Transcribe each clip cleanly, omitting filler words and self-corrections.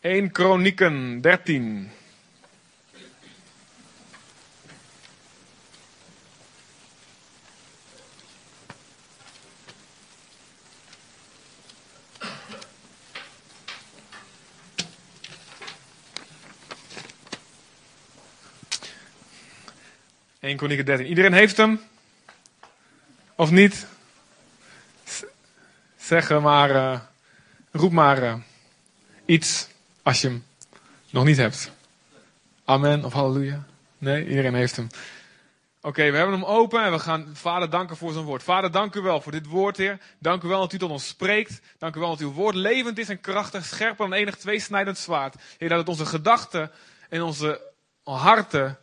1 Kronieken 13. Kronieken 13. Iedereen heeft hem? Of niet? Zeg maar, roep maar iets als je hem nog niet hebt. Amen of halleluja? Nee, iedereen heeft hem. Oké, we hebben hem open en we gaan Vader danken voor zijn woord. Vader, dank u wel voor dit woord, Heer. Dank u wel dat u tot ons spreekt. Dank u wel dat uw woord levend is en krachtig, scherper dan enig tweesnijdend zwaard. Heer, dat het onze gedachten en onze harten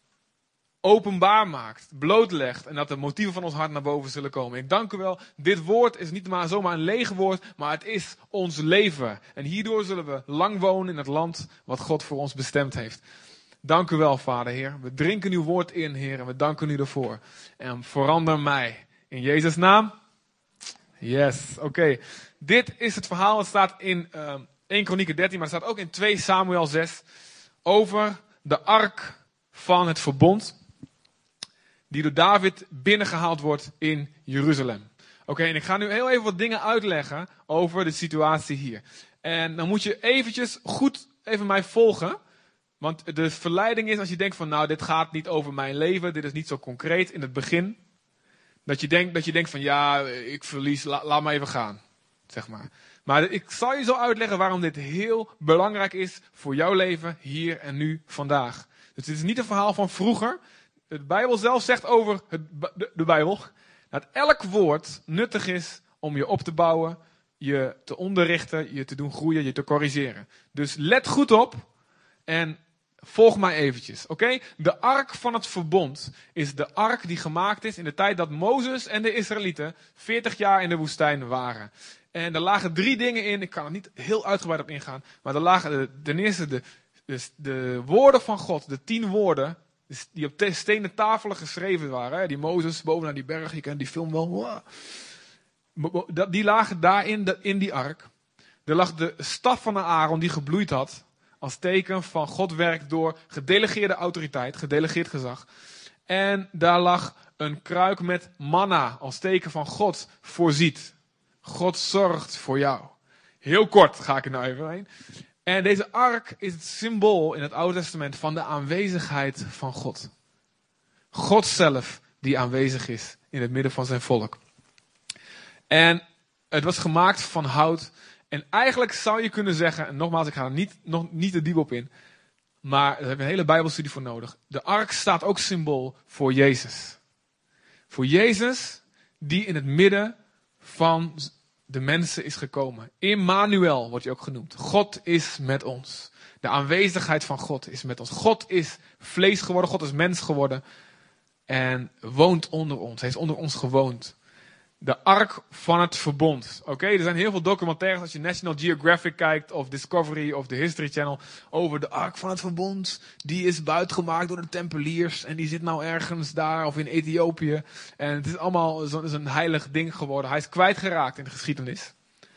openbaar maakt, blootlegt en dat de motieven van ons hart naar boven zullen komen. Ik dank u wel, dit woord is niet maar zomaar een leeg woord, maar het is ons leven. En hierdoor zullen we lang wonen in het land wat God voor ons bestemd heeft. Dank u wel, Vader, Heer. We drinken uw woord in, Heer, en we danken u ervoor. En verander mij. In Jezus' naam. Yes, oké. Dit is het verhaal, het staat in 1 Kronieken 13, maar het staat ook in 2 Samuel 6 over de ark van het verbond die door David binnengehaald wordt in Jeruzalem. Oké, en ik ga nu heel even wat dingen uitleggen over de situatie hier. En dan moet je eventjes goed even mij volgen. Want de verleiding is als je denkt van nou, dit gaat niet over mijn leven. Dit is niet zo concreet in het begin. Dat je denkt van ja, ik verlies, laat maar even gaan. Zeg maar. Maar ik zal je zo uitleggen waarom dit heel belangrijk is voor jouw leven hier en nu vandaag. Dus dit is niet een verhaal van vroeger. De Bijbel zelf zegt over de Bijbel dat elk woord nuttig is om je op te bouwen, je te onderrichten, je te doen groeien, je te corrigeren. Dus let goed op en volg mij eventjes. Oké? De ark van het verbond is de ark die gemaakt is in de tijd dat Mozes en de Israëlieten 40 jaar in de woestijn waren. En er lagen 3 dingen in, ik kan er niet heel uitgebreid op ingaan, maar er lagen ten eerste de woorden van God, de 10 woorden, die op stenen tafelen geschreven waren. Hè? Die Mozes bovenaan die berg, je kent die film wel. Wow. Die lagen daarin, in die ark. Er lag de staf van Aaron die gebloeid had. Als teken van God werkt door gedelegeerde autoriteit, gedelegeerd gezag. En daar lag een kruik met manna als teken van God voorziet. God zorgt voor jou. Heel kort ga ik er nou even heen. En deze ark is het symbool in het Oude Testament van de aanwezigheid van God. God zelf die aanwezig is in het midden van zijn volk. En het was gemaakt van hout. En eigenlijk zou je kunnen zeggen, en nogmaals, ik ga er nog niet te diep op in. Maar daar heb je een hele Bijbelstudie voor nodig. De ark staat ook symbool voor Jezus. Voor Jezus die in het midden van de mensen is gekomen. Immanuel wordt hij ook genoemd. God is met ons. De aanwezigheid van God is met ons. God is vlees geworden. God is mens geworden. En woont onder ons. Hij is onder ons gewoond. De ark van het verbond. Oké, er zijn heel veel documentaires als je National Geographic kijkt. Of Discovery of de History Channel. Over de ark van het verbond. Die is buitgemaakt door de Tempeliers. En die zit nou ergens daar of in Ethiopië. En het is allemaal zo'n heilig ding geworden. Hij is kwijtgeraakt in de geschiedenis.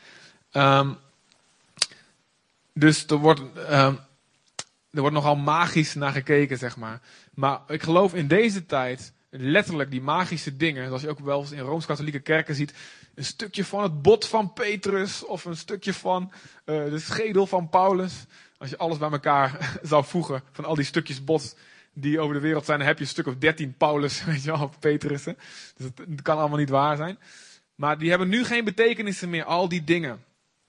Dus er wordt nogal magisch naar gekeken, zeg maar. Maar ik geloof in deze tijd letterlijk die magische dingen, zoals je ook wel eens in Rooms-Katholieke kerken ziet, een stukje van het bot van Petrus of een stukje van de schedel van Paulus. Als je alles bij elkaar zou voegen van al die stukjes bot die over de wereld zijn, dan heb je een stuk of 13 Paulus, weet je wel, of Petrussen. Dus het kan allemaal niet waar zijn. Maar die hebben nu geen betekenissen meer, al die dingen.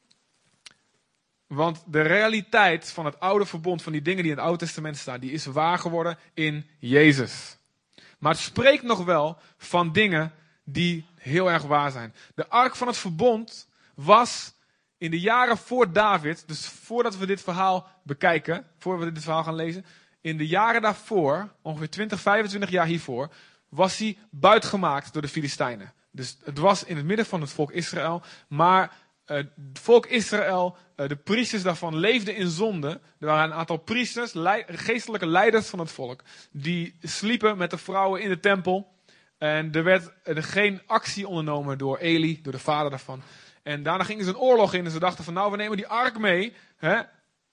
Want de realiteit van het oude verbond, van die dingen die in het Oude Testament staan, die is waar geworden in Jezus. Maar het spreekt nog wel van dingen die heel erg waar zijn. De ark van het verbond was in de jaren voor David, dus voordat we dit verhaal bekijken, voordat we dit verhaal gaan lezen, in de jaren daarvoor, ongeveer 20, 25 jaar hiervoor, was hij buitgemaakt door de Filistijnen. Dus het was in het midden van het volk Israël, maar het volk Israël, de priesters daarvan leefden in zonde. Er waren een aantal priesters, geestelijke leiders van het volk, die sliepen met de vrouwen in de tempel. En er werd geen actie ondernomen door Eli, door de vader daarvan. En daarna gingen ze een oorlog in en ze dachten van nou, we nemen die ark mee. Hè?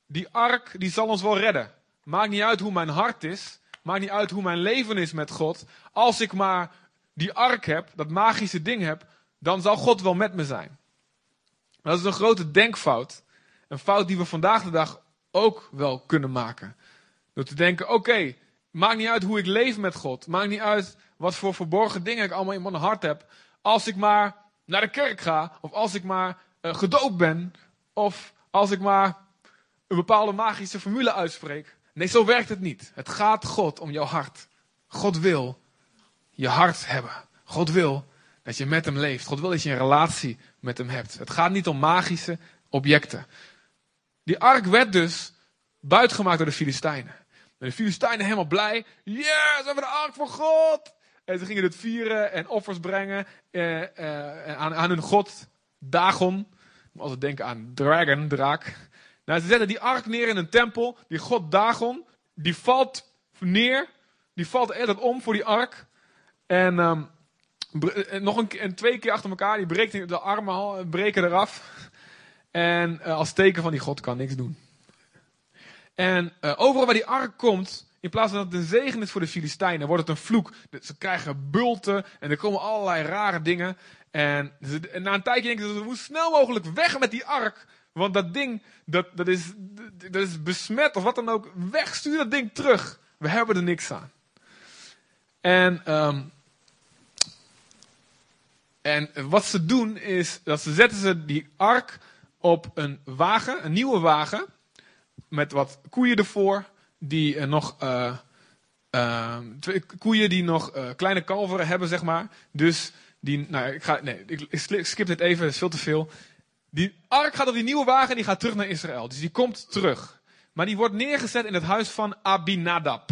die ark die zal ons wel redden. Maakt niet uit hoe mijn hart is. Maakt niet uit hoe mijn leven is met God. Als ik maar die ark heb, dat magische ding heb, dan zal God wel met me zijn. Dat is een grote denkfout. Een fout die we vandaag de dag ook wel kunnen maken. Door te denken, oké, maakt niet uit hoe ik leef met God. Maakt niet uit wat voor verborgen dingen ik allemaal in mijn hart heb. Als ik maar naar de kerk ga. Of als ik maar gedoopt ben. Of als ik maar een bepaalde magische formule uitspreek. Nee, zo werkt het niet. Het gaat God om jouw hart. God wil je hart hebben. God wil dat je met hem leeft. God wil dat je een relatie met hem hebt. Het gaat niet om magische objecten. Die ark werd dus buitgemaakt door de Filistijnen. En de Filistijnen helemaal blij. Yes, we hebben de ark van God. En ze gingen het vieren en offers brengen aan hun god Dagon. Ik moet altijd denken aan draak. Nou, ze zetten die ark neer in een tempel. Die god Dagon, die valt neer. Die valt de hele tijd om voor die ark. En nog twee keer achter elkaar. Die breekt de armen breken eraf. En als teken van die God kan niks doen. En overal waar die ark komt, in plaats van dat het een zegen is voor de Filistijnen, wordt het een vloek. Ze krijgen bulten en er komen allerlei rare dingen. En na een tijdje denken ze, we moeten snel mogelijk weg met die ark. Want dat ding, dat is besmet of wat dan ook. Weg, stuur dat ding terug. We hebben er niks aan. En wat ze doen is, dat ze zetten die ark op een wagen, een nieuwe wagen. Met wat koeien ervoor. Die koeien die nog kleine kalveren hebben, zeg maar. Dus ik skip dit even, dat is veel te veel. Die ark gaat op die nieuwe wagen en die gaat terug naar Israël. Dus die komt terug. Maar die wordt neergezet in het huis van Abinadab.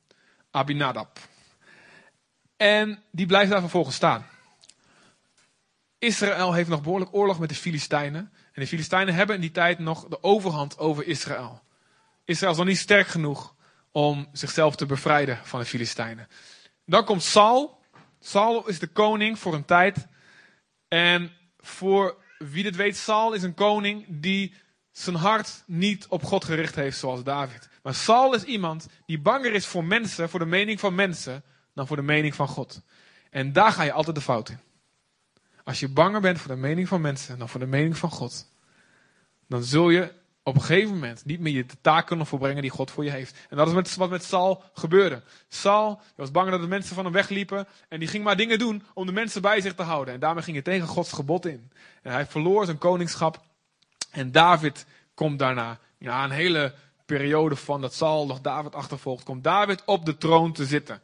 En die blijft daar vervolgens staan. Israël heeft nog behoorlijk oorlog met de Filistijnen. En de Filistijnen hebben in die tijd nog de overhand over Israël. Israël is nog niet sterk genoeg om zichzelf te bevrijden van de Filistijnen. Dan komt Saul. Saul is de koning voor een tijd. En voor wie dit weet, Saul is een koning die zijn hart niet op God gericht heeft zoals David. Maar Saul is iemand die banger is voor mensen, voor de mening van mensen, dan voor de mening van God. En daar ga je altijd de fout in. Als je banger bent voor de mening van mensen dan voor de mening van God, dan zul je op een gegeven moment niet meer de taak kunnen volbrengen die God voor je heeft. En dat is wat met Saul gebeurde. Saul was bang dat de mensen van hem wegliepen en die ging maar dingen doen om de mensen bij zich te houden. En daarmee ging hij tegen Gods gebod in. En hij verloor zijn koningschap. En David komt daarna, een hele periode van dat Saul nog David achtervolgt, komt David op de troon te zitten.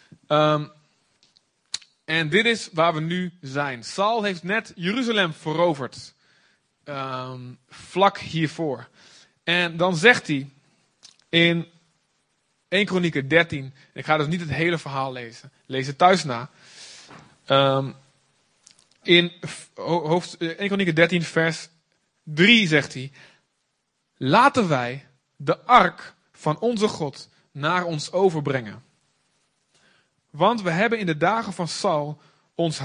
En dit is waar we nu zijn. Saul heeft net Jeruzalem veroverd. Vlak hiervoor. En dan zegt hij in 1 Kronieken 13. Ik ga dus niet het hele verhaal lezen. Lees het thuis na. In 1 Kronieken 13 vers 3 zegt hij. Laten wij de ark van onze God naar ons overbrengen. Want we hebben in de dagen van Saul ons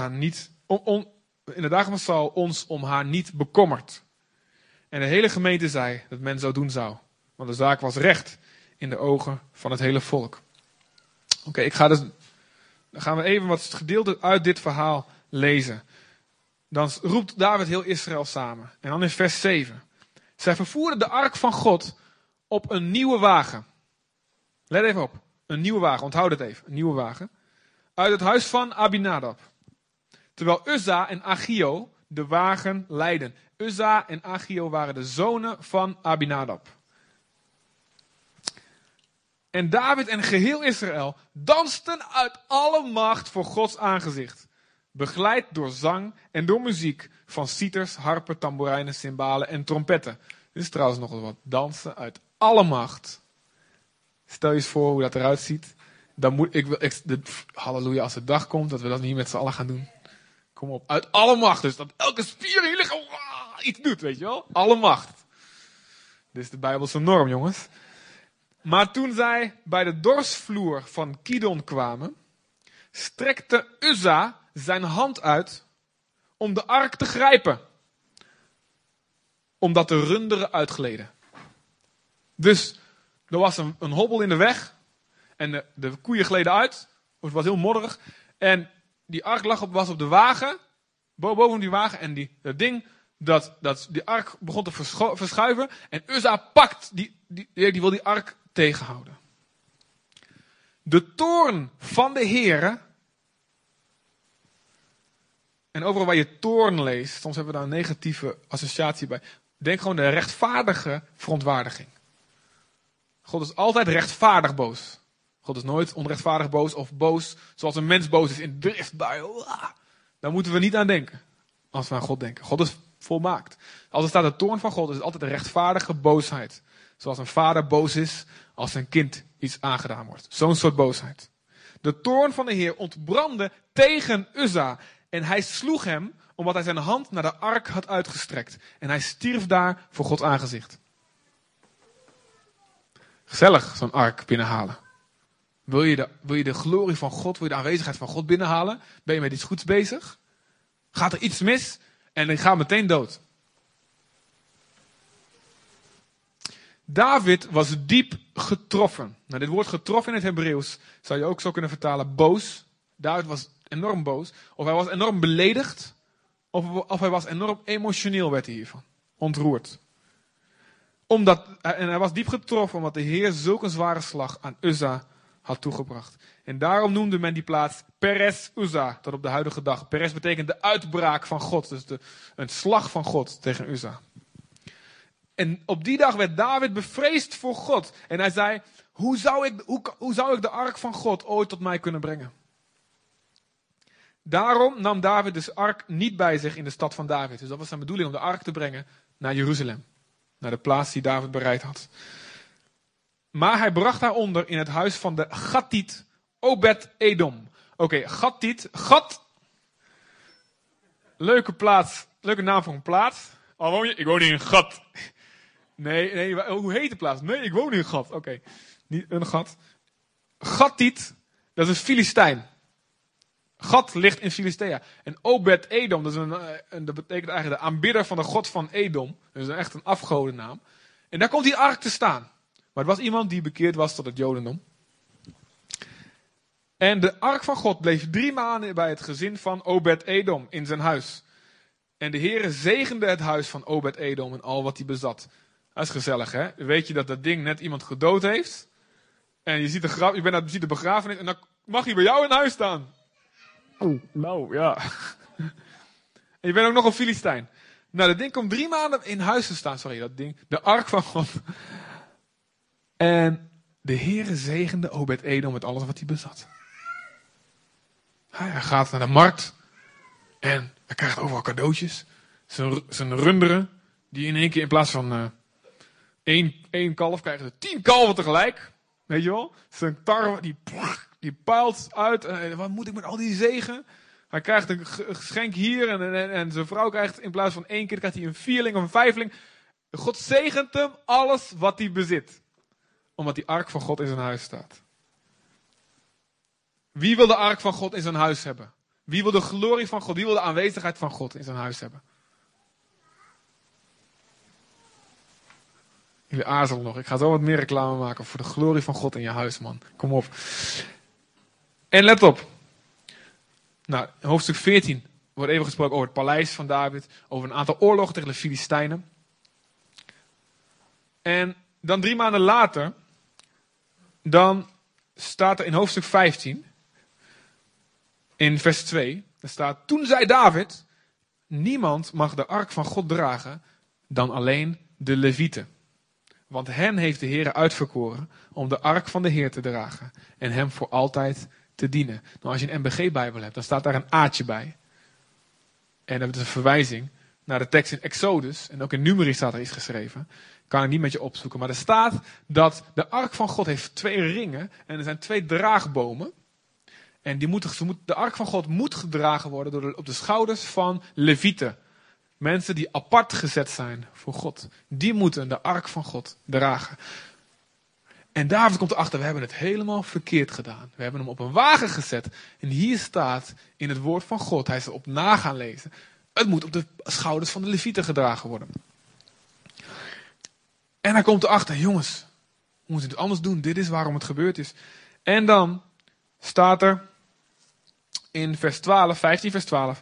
om haar niet bekommerd. En de hele gemeente zei dat men zo doen zou. Want de zaak was recht in de ogen van het hele volk. Oké, dan gaan we even wat gedeelten uit dit verhaal lezen. Dan roept David heel Israël samen. En dan in vers 7. Zij vervoerden de ark van God op een nieuwe wagen. Let even op. Een nieuwe wagen, onthoud het even. Een nieuwe wagen. Uit het huis van Abinadab. Terwijl Uzza en Achio de wagen leidden. Uzza en Achio waren de zonen van Abinadab. En David en geheel Israël dansten uit alle macht voor Gods aangezicht. Begeleid door zang en door muziek van citers, harpen, tamboerijnen, cymbalen en trompetten. Dit is trouwens nog wat. Dansen uit alle macht. Stel je eens voor hoe dat eruit ziet. Dan moet halleluja, als de dag komt dat we dat niet met z'n allen gaan doen. Kom op, uit alle macht. Dus dat elke spier in je lichaam iets doet, weet je wel. Alle macht. Dit is de Bijbelse norm, jongens. Maar toen zij bij de dorsvloer van Kidon kwamen, strekte Uzza zijn hand uit om de ark te grijpen. Omdat de runderen uitgleden. Dus er was een hobbel in de weg. En de koeien gleden uit. Het was heel modderig. En die ark was op de wagen. Boven die wagen. En dat ding, die ark begon te verschuiven. En Uzza pakt, die wil die ark tegenhouden. De toorn van de Heere. En overal waar je toorn leest, soms hebben we daar een negatieve associatie bij. Denk gewoon de rechtvaardige verontwaardiging. God is altijd rechtvaardig boos. God is nooit onrechtvaardig boos of boos zoals een mens boos is in driftbui. Daar moeten we niet aan denken. Als we aan God denken. God is volmaakt. Als er staat de toorn van God, is het altijd een rechtvaardige boosheid. Zoals een vader boos is als zijn kind iets aangedaan wordt. Zo'n soort boosheid. De toorn van de Heer ontbrandde tegen Uzza. En hij sloeg hem omdat hij zijn hand naar de ark had uitgestrekt. En hij stierf daar voor Gods aangezicht. Gezellig, zo'n ark binnenhalen. Wil je de glorie van God, wil je de aanwezigheid van God binnenhalen? Ben je met iets goeds bezig? Gaat er iets mis? En je gaat meteen dood. David was diep getroffen. Nou, dit woord getroffen in het Hebreeuws zou je ook zo kunnen vertalen boos. David was enorm boos. Of hij was enorm beledigd. Of hij was enorm emotioneel, werd hij hiervan. Ontroerd. En hij was diep getroffen omdat de Heer zulke zware slag aan Uzza had toegebracht. En daarom noemde men die plaats Peres Uzza, tot op de huidige dag. Peres betekent de uitbraak van God. Dus een slag van God tegen Uzza. En op die dag werd David bevreesd voor God. En hij zei, hoe zou ik de ark van God ooit tot mij kunnen brengen? Daarom nam David dus ark niet bij zich in de stad van David. Dus dat was zijn bedoeling om de ark te brengen naar Jeruzalem. Naar de plaats die David bereid had. Maar hij bracht haar onder in het huis van de Gattiet Obed-Edom. Oké, Gattiet. Leuke plaats. Leuke naam voor een plaats. Al woon je? Ik woon in Gat. Nee, hoe heet de plaats? Nee, ik woon in Gat. Oké, niet een gat. Gattiet, dat is een Filistijn. Gat ligt in Filistea. En Obed-Edom, dat betekent eigenlijk de aanbidder van de god van Edom. Dus echt een afgodennaam. En daar komt die ark te staan. Maar het was iemand die bekeerd was tot het Jodendom. En de ark van God bleef 3 maanden bij het gezin van Obed-Edom in zijn huis. En de Heere zegende het huis van Obed-Edom en al wat hij bezat. Dat is gezellig, hè? Weet je dat ding net iemand gedood heeft. En je ziet de begrafenis en dan mag hij bij jou in huis staan. Oh, nou, ja. En je bent ook nog een Filistijn. Nou, dat ding komt 3 maanden in huis te staan. Sorry, dat ding. De ark van God. En de Heere zegende Obed-Edom met alles wat hij bezat. Hij gaat naar de markt. En hij krijgt overal cadeautjes. Zijn runderen. Die in één keer in plaats van 1 kalf krijgen ze 10 kalven tegelijk. Weet je wel? Zijn tarwe die puilt uit. Wat moet ik met al die zegen? Hij krijgt een geschenk hier. En zijn vrouw krijgt in plaats van 1 keer krijgt hij een 4ling of een 5ling. God zegent hem alles wat hij bezit. Omdat die ark van God in zijn huis staat. Wie wil de ark van God in zijn huis hebben? Wie wil de glorie van God? Wie wil de aanwezigheid van God in zijn huis hebben? Jullie aarzelen nog. Ik ga zo wat meer reclame maken voor de glorie van God in je huis, man. Kom op. En let op. Nou, in hoofdstuk 14 wordt even gesproken over het paleis van David. Over een aantal oorlogen tegen de Filistijnen. En dan 3 maanden later. Dan staat er in hoofdstuk 15. In vers 2. Er staat, toen zei David. Niemand mag de ark van God dragen. Dan alleen de Levieten. Want hen heeft de Heer uitverkoren om de ark van de Heer te dragen. En hem voor altijd te dienen. Nou, als je een MBG-bijbel hebt, dan staat daar een aatje bij. En dat is een verwijzing naar de tekst in Exodus. En ook in Numeri staat er iets geschreven. Kan ik niet met je opzoeken. Maar er staat dat de ark van God heeft 2 ringen. En er zijn 2 draagbomen. En de ark van God moet gedragen worden op de schouders van Levieten. Mensen die apart gezet zijn voor God. Die moeten de ark van God dragen. En David komt erachter, we hebben het helemaal verkeerd gedaan. We hebben hem op een wagen gezet. En hier staat in het woord van God, hij is erop na gaan lezen. Het moet op de schouders van de Levieten gedragen worden. En hij komt erachter, jongens, we moeten het anders doen. Dit is waarom het gebeurd is. En dan staat er in vers 12, 15 vers 12.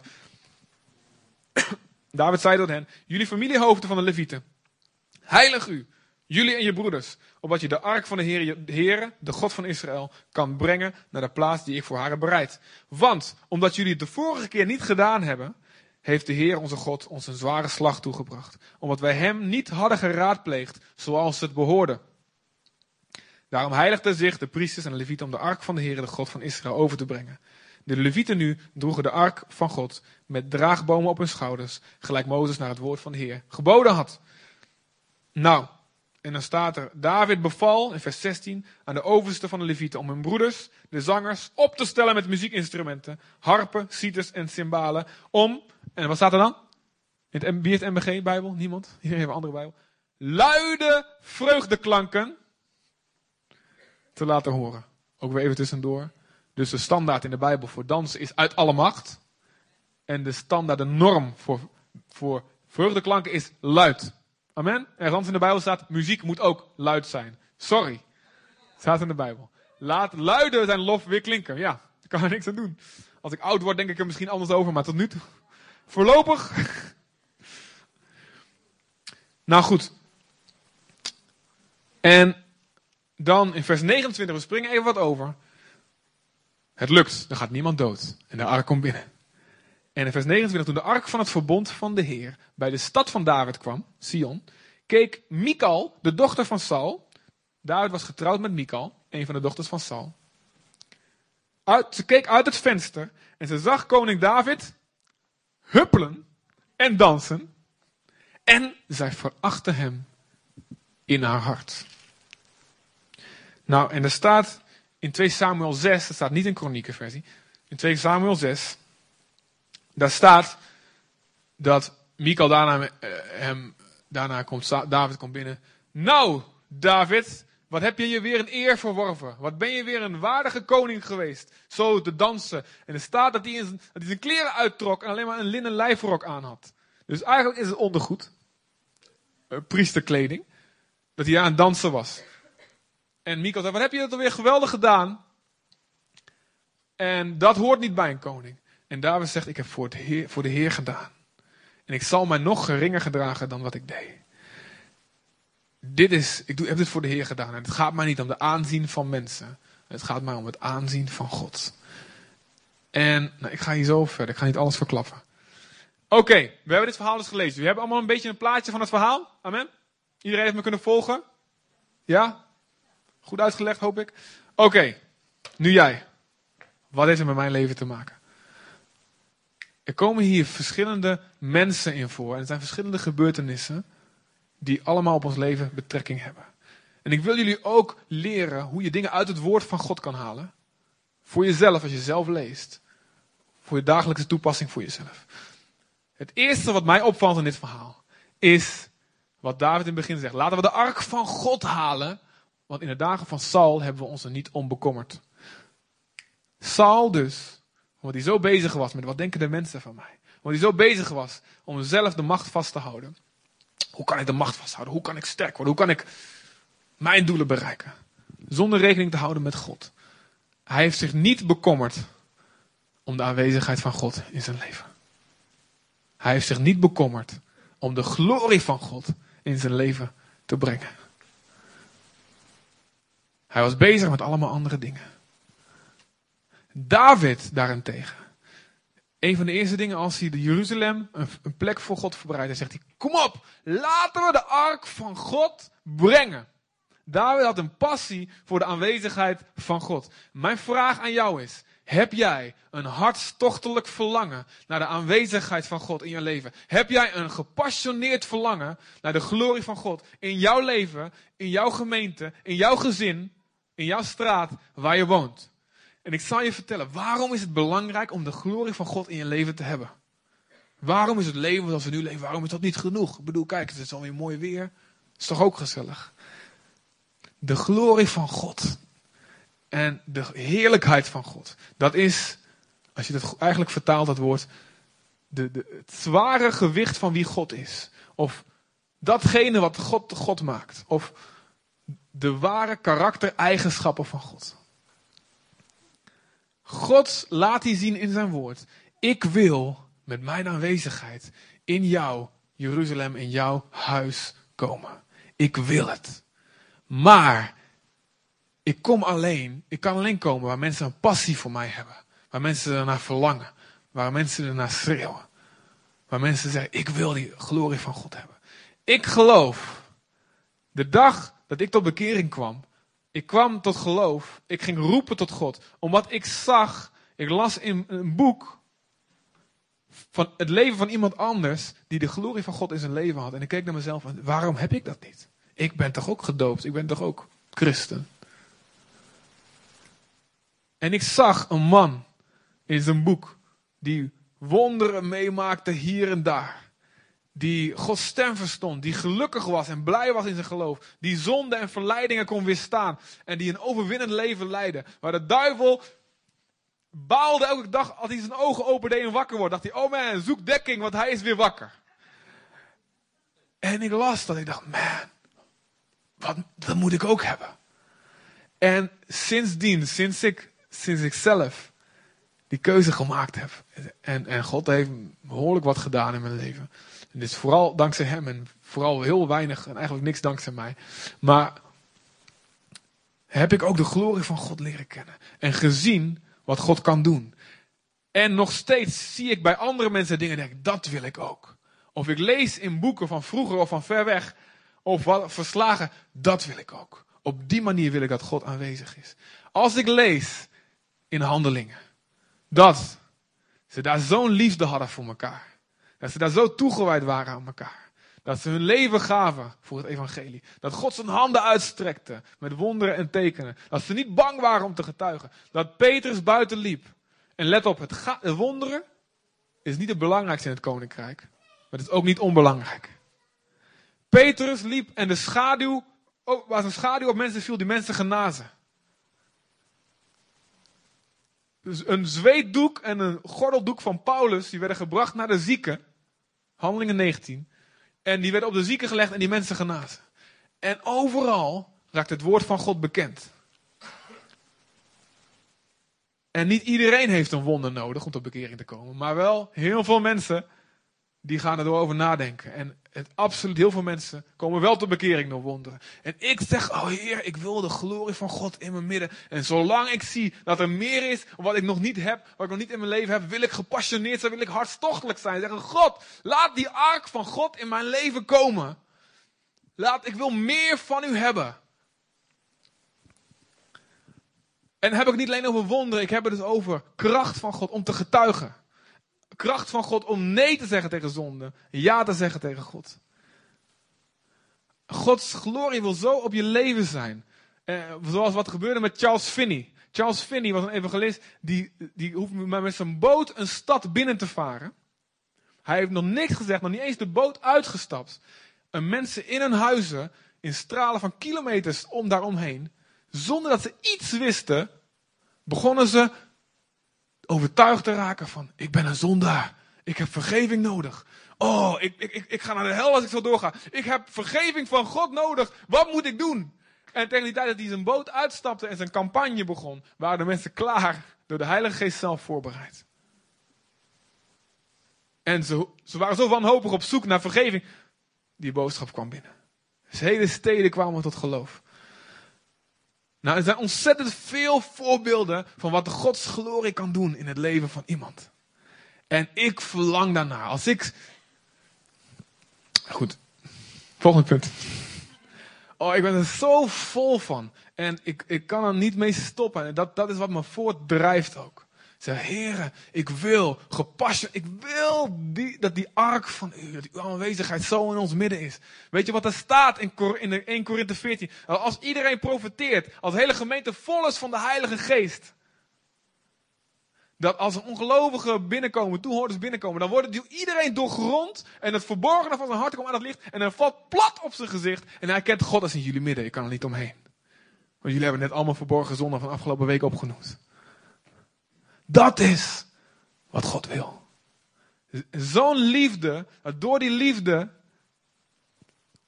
David zei tot hen, jullie familiehoofden van de Levieten, heilig u, jullie en je broeders, opdat je de ark van de Heere, de God van Israël, kan brengen naar de plaats die ik voor haar heb bereid. Want, omdat jullie het de vorige keer niet gedaan hebben, heeft de Heer onze God ons een zware slag toegebracht. Omdat wij hem niet hadden geraadpleegd, zoals het behoorde. Daarom heiligden zich de priesters en de Levieten om de ark van de Heere, de God van Israël, over te brengen. De Levieten nu droegen de ark van God met draagbomen op hun schouders, gelijk Mozes naar het woord van de Heer geboden had. Nou, en dan staat er, David beval in vers 16 aan de overste van de Levieten om hun broeders, de zangers, op te stellen met muziekinstrumenten, harpen, citers en cymbalen, en wat staat er dan? Wie heeft MBG-bijbel? Niemand? Iedereen heeft een andere bijbel. Luide vreugdeklanken te laten horen. Ook weer even tussendoor. Dus de standaard in de Bijbel voor dansen is uit alle macht. En de standaard, de norm voor vreugdeklanken is luid. Amen? Ergens anders in de Bijbel staat, muziek moet ook luid zijn. Sorry. Staat in de Bijbel. Laat luiden zijn lof weer klinken. Ja, daar kan er niks aan doen. Als ik oud word, denk ik er misschien anders over, maar tot nu toe. Voorlopig. Nou goed. En dan in vers 29, we springen even wat over. Het lukt, er gaat niemand dood. En de ark komt binnen. En in vers 29, toen de ark van het verbond van de Heer bij de stad van David kwam, Sion, keek Michal, de dochter van Saul. David was getrouwd met Michal, een van de dochters van Saul. Ze keek uit het venster en ze zag koning David huppelen en dansen. En zij verachtte hem in haar hart. Nou, en er staat in 2 Samuel 6, dat staat niet in Kronieken-versie, in 2 Samuel 6, daar staat dat Michal daarna komt, David komt binnen. Nou, David, wat heb je weer een eer verworven? Wat ben je weer een waardige koning geweest? Zo te dansen. En er staat dat hij zijn kleren uittrok en alleen maar een linnen lijfrok aan had. Dus eigenlijk is het ondergoed. Priesterkleding. Dat hij aan het dansen was. En Michal zei, wat heb je dat alweer geweldig gedaan? En dat hoort niet bij een koning. En David zegt, ik heb voor de Heer gedaan. En ik zal mij nog geringer gedragen dan wat ik deed. Ik heb dit voor de Heer gedaan. En het gaat mij niet om de aanzien van mensen. Het gaat mij om het aanzien van God. En ik ga hier zo verder. Ik ga niet alles verklappen. Oké, we hebben dit verhaal dus gelezen. Jullie hebben allemaal een beetje een plaatje van het verhaal. Amen. Iedereen heeft me kunnen volgen? Ja? Goed uitgelegd, hoop ik. Oké, nu jij. Wat heeft het met mijn leven te maken? Er komen hier verschillende mensen in voor. En het zijn verschillende gebeurtenissen die allemaal op ons leven betrekking hebben. En ik wil jullie ook leren hoe je dingen uit het woord van God kan halen. Voor jezelf, als je zelf leest. Voor je dagelijkse toepassing voor jezelf. Het eerste wat mij opvalt in dit verhaal is wat David in het begin zegt. Laten we de ark van God halen. Want in de dagen van Saul hebben we ons er niet om bekommerd. Saul dus, omdat hij zo bezig was met wat denken de mensen van mij. Omdat hij zo bezig was om zelf de macht vast te houden. Hoe kan ik de macht vasthouden? Hoe kan ik sterk worden? Hoe kan ik mijn doelen bereiken? Zonder rekening te houden met God. Hij heeft zich niet bekommerd om de aanwezigheid van God in zijn leven. Hij heeft zich niet bekommerd om de glorie van God in zijn leven te brengen. Hij was bezig met allemaal andere dingen. David daarentegen. Een van de eerste dingen als hij de Jeruzalem een plek voor God voorbereidt. Dan zegt hij, kom op, laten we de ark van God brengen. David had een passie voor de aanwezigheid van God. Mijn vraag aan jou is, heb jij een hartstochtelijk verlangen naar de aanwezigheid van God in je leven? Heb jij een gepassioneerd verlangen naar de glorie van God in jouw leven, in jouw gemeente, in jouw gezin, in jouw straat waar je woont? En ik zal je vertellen, waarom is het belangrijk om de glorie van God in je leven te hebben? Waarom is het leven zoals we nu leven, waarom is dat niet genoeg? Ik bedoel, kijk, het is alweer mooi weer. Het is toch ook gezellig? De glorie van God en de heerlijkheid van God. Dat is, als je het eigenlijk vertaalt, dat woord, het zware gewicht van wie God is. Of datgene wat God tot God maakt. Of de ware karaktereigenschappen van God. God laat die zien in zijn woord. Ik wil met mijn aanwezigheid in jou, Jeruzalem, in jouw huis komen. Ik wil het. Maar ik kan alleen komen waar mensen een passie voor mij hebben. Waar mensen ernaar verlangen. Waar mensen ernaar schreeuwen. Waar mensen zeggen, ik wil die glorie van God hebben. Ik geloof, de dag dat ik tot bekering kwam, ik kwam tot geloof, ik ging roepen tot God. Omdat ik zag, ik las in een boek van het leven van iemand anders die de glorie van God in zijn leven had. En ik keek naar mezelf en waarom heb ik dat niet? Ik ben toch ook gedoopt, ik ben toch ook christen. En ik zag een man in zijn boek die wonderen meemaakte hier en daar. Die Gods stem verstond, die gelukkig was en blij was in zijn geloof. Die zonde en verleidingen kon weerstaan. En die een overwinnend leven leidde. Waar de duivel baalde elke dag als hij zijn ogen opende en wakker wordt. Dacht hij, oh man, zoek dekking, want hij is weer wakker. En ik las dat, ik dacht, man, dat moet ik ook hebben. En sindsdien, sinds ik zelf die keuze gemaakt heb. En God heeft behoorlijk wat gedaan in mijn leven. En dit is vooral dankzij hem en vooral heel weinig en eigenlijk niks dankzij mij. Maar heb ik ook de glorie van God leren kennen. En gezien wat God kan doen. En nog steeds zie ik bij andere mensen dingen en denk, dat wil ik ook. Of ik lees in boeken van vroeger of van ver weg. Of wat verslagen, dat wil ik ook. Op die manier wil ik dat God aanwezig is. Als ik lees in Handelingen. Dat ze daar zo'n liefde hadden voor elkaar. Dat ze daar zo toegewijd waren aan elkaar. Dat ze hun leven gaven voor het evangelie. Dat God zijn handen uitstrekte met wonderen en tekenen. Dat ze niet bang waren om te getuigen. Dat Petrus buiten liep. En let op, het wonderen is niet het belangrijkste in het koninkrijk. Maar het is ook niet onbelangrijk. Petrus liep en de schaduw, waar zijn schaduw op mensen viel, die mensen genazen. Dus een zweetdoek en een gordeldoek van Paulus, die werden gebracht naar de zieken. Handelingen 19. En die werden op de zieken gelegd en die mensen genazen. En overal raakt het woord van God bekend. En niet iedereen heeft een wonder nodig om tot bekering te komen. Maar wel heel veel mensen die gaan er over nadenken. En absoluut heel veel mensen komen wel tot bekering door wonderen. En ik zeg, oh Heer, ik wil de glorie van God in mijn midden. En zolang ik zie dat er meer is wat ik nog niet heb, wat ik nog niet in mijn leven heb, wil ik gepassioneerd zijn, wil ik hartstochtelijk zijn. Zeggen, God, laat die ark van God in mijn leven komen. Ik wil meer van u hebben. En dan heb ik het niet alleen over wonderen, ik heb het dus over kracht van God om te getuigen. Kracht van God om nee te zeggen tegen zonde. Ja te zeggen tegen God. Gods glorie wil zo op je leven zijn. Zoals wat gebeurde met Charles Finney. Charles Finney was een evangelist. Die hoefde maar met zijn boot een stad binnen te varen. Hij heeft nog niks gezegd. Nog niet eens de boot uitgestapt. En mensen in hun huizen. In stralen van kilometers om daaromheen. Zonder dat ze iets wisten. Begonnen ze overtuigd te raken van, ik ben een zondaar. Ik heb vergeving nodig. Oh, ik ga naar de hel als ik zo doorga. Ik heb vergeving van God nodig. Wat moet ik doen? En tegen die tijd dat hij zijn boot uitstapte en zijn campagne begon, waren de mensen klaar door de Heilige Geest zelf voorbereid. En ze waren zo wanhopig op zoek naar vergeving. Die boodschap kwam binnen. Dus hele steden kwamen tot geloof. Nou, er zijn ontzettend veel voorbeelden van wat de Gods glorie kan doen in het leven van iemand. En ik verlang daarnaar. Goed, volgende punt. Oh, ik ben er zo vol van. En ik kan er niet mee stoppen. En dat is wat me voortdrijft ook. Zeg, Heere, ik wil dat die ark van u, dat uw aanwezigheid zo in ons midden is. Weet je wat er staat in 1 Korinthe 14? Als iedereen profeteert, als de hele gemeente vol is van de Heilige Geest. Dat als een ongelovige binnenkomen, toehoorders binnenkomen, dan wordt iedereen doorgrond en het verborgene van zijn hart komt aan het licht en hij valt plat op zijn gezicht en hij kent God als in jullie midden. Ik kan er niet omheen. Want jullie hebben net allemaal verborgen zonden van afgelopen week opgenoemd. Dat is wat God wil. Zo'n liefde, dat door die liefde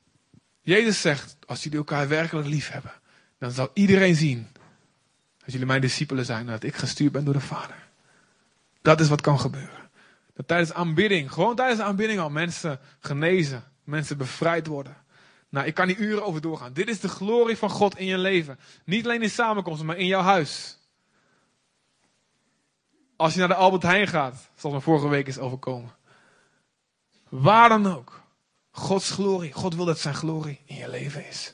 Jezus zegt, als jullie elkaar werkelijk lief hebben, dan zal iedereen zien dat jullie mijn discipelen zijn en dat ik gestuurd ben door de Vader. Dat is wat kan gebeuren. Dat tijdens aanbidding, gewoon tijdens de aanbidding al mensen genezen, mensen bevrijd worden. Nou, ik kan hier uren over doorgaan. Dit is de glorie van God in je leven. Niet alleen in samenkomsten, maar in jouw huis. Als je naar de Albert Heijn gaat, zoals me vorige week is overkomen. Waar dan ook. Gods glorie. God wil dat zijn glorie in je leven is.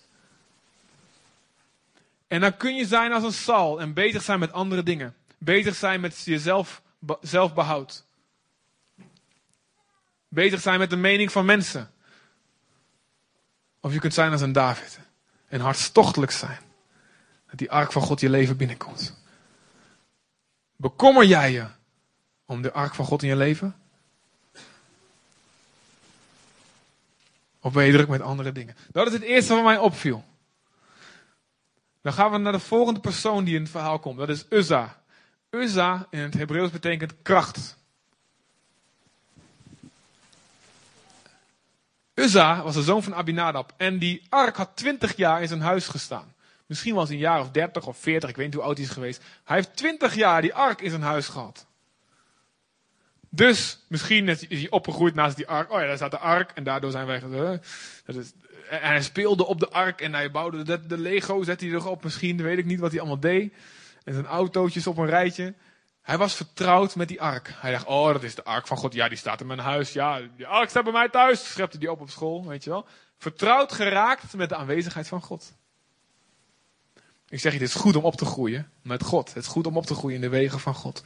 En dan kun je zijn als een Saul en bezig zijn met andere dingen. Bezig zijn met jezelf zelfbehoud. Bezig zijn met de mening van mensen. Of je kunt zijn als een David. En hartstochtelijk zijn. Dat die ark van God je leven binnenkomt. Bekommer jij je om de ark van God in je leven? Of ben je druk met andere dingen? Dat is het eerste wat mij opviel. Dan gaan we naar de volgende persoon die in het verhaal komt. Dat is Uzza. Uzza in het Hebreeuws betekent kracht. Uzza was de zoon van Abinadab. En die ark had 20 jaar in zijn huis gestaan. Misschien was hij een jaar of 30 of 40, ik weet niet hoe oud hij is geweest. Hij heeft 20 jaar die ark in zijn huis gehad. Dus misschien is hij opgegroeid naast die ark. Oh ja, daar staat de ark en daardoor zijn wij... En hij speelde op de ark en hij bouwde de Lego, zette hij erop. Misschien, weet ik niet wat hij allemaal deed. En zijn autootjes op een rijtje. Hij was vertrouwd met die ark. Hij dacht, oh, dat is de ark van God. Ja, die staat in mijn huis. Ja, die ark staat bij mij thuis. Schepte die op school, weet je wel. Vertrouwd geraakt met de aanwezigheid van God. Ik zeg je, het is goed om op te groeien met God. Het is goed om op te groeien in de wegen van God.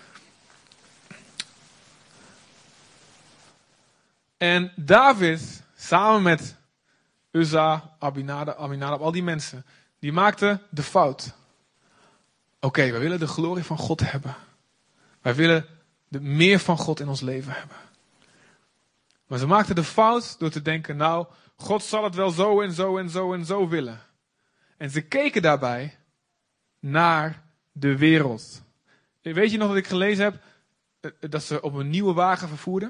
En David, samen met Uzza, Abinadab, al die mensen, die maakten de fout. Oké, wij willen de glorie van God hebben. Wij willen meer van God in ons leven hebben. Maar ze maakten de fout door te denken, nou, God zal het wel zo en zo en zo en zo willen. En ze keken daarbij naar de wereld. Weet je nog dat ik gelezen heb dat ze op een nieuwe wagen vervoerden?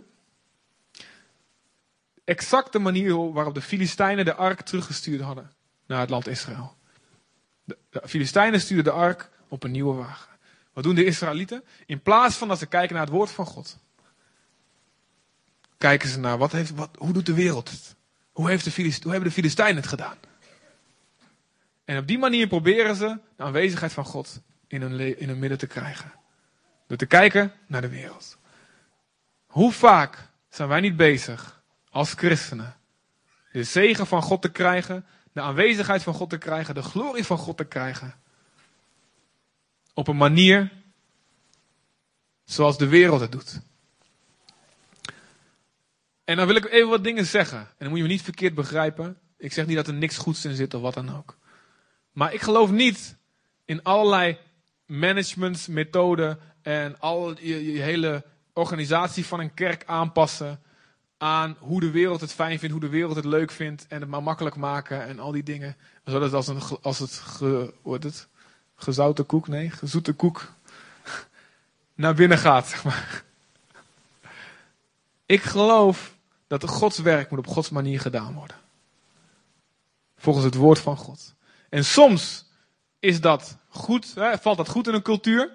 Exact de manier waarop de Filistijnen de ark teruggestuurd hadden naar het land Israël. De Filistijnen stuurden de ark op een nieuwe wagen. Wat doen de Israëlieten? In plaats van dat ze kijken naar het woord van God. Kijken ze naar hoe doet de wereld het? Hoe hebben de Filistijnen het gedaan? En op die manier proberen ze de aanwezigheid van God in hun midden te krijgen. Door te kijken naar de wereld. Hoe vaak zijn wij niet bezig als christenen de zegen van God te krijgen, de aanwezigheid van God te krijgen, de glorie van God te krijgen. Op een manier zoals de wereld het doet. En dan wil ik even wat dingen zeggen. En dan moet je me niet verkeerd begrijpen. Ik zeg niet dat er niks goeds in zit of wat dan ook. Maar ik geloof niet in allerlei managementsmethoden en je hele organisatie van een kerk aanpassen aan hoe de wereld het fijn vindt, hoe de wereld het leuk vindt en het maar makkelijk maken en al die dingen. Zodat het gezouten koek, nee, gezoete koek naar binnen gaat, zeg maar. Ik geloof dat Gods werk moet op Gods manier gedaan worden. Volgens het woord van God. En soms is dat goed, valt dat goed in een cultuur.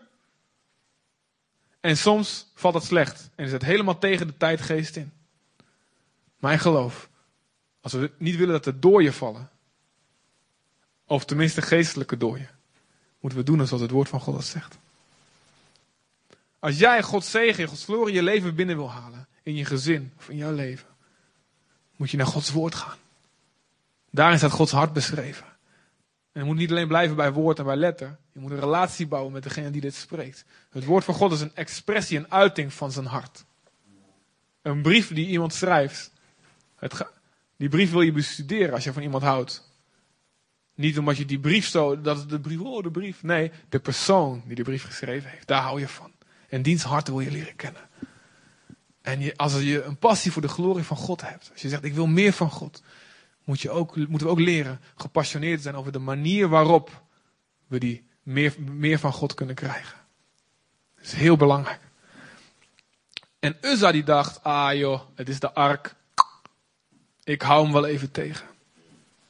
En soms valt dat slecht. En is het helemaal tegen de tijdgeest in. Maar ik geloof, als we niet willen dat er dooien vallen, of tenminste geestelijke dooien, moeten we doen zoals het woord van God dat zegt. Als jij Gods zegen, Gods glorie je leven binnen wil halen, in je gezin of in jouw leven, moet je naar Gods woord gaan. Daarin staat Gods hart beschreven. En je moet niet alleen blijven bij woord en bij letter. Je moet een relatie bouwen met degene die dit spreekt. Het woord van God is een expressie, een uiting van zijn hart. Een brief die iemand schrijft. Die brief wil je bestuderen als je van iemand houdt. Niet omdat je die brief zo, dat is de brief. Nee, de persoon die de brief geschreven heeft. Daar hou je van. En diens hart wil je leren kennen. En als je een passie voor de glorie van God hebt. Als je zegt, ik wil meer van God. Moeten we ook leren gepassioneerd te zijn over de manier waarop we die meer van God kunnen krijgen. Dat is heel belangrijk. En Uzza die dacht, joh, het is de ark. Ik hou hem wel even tegen.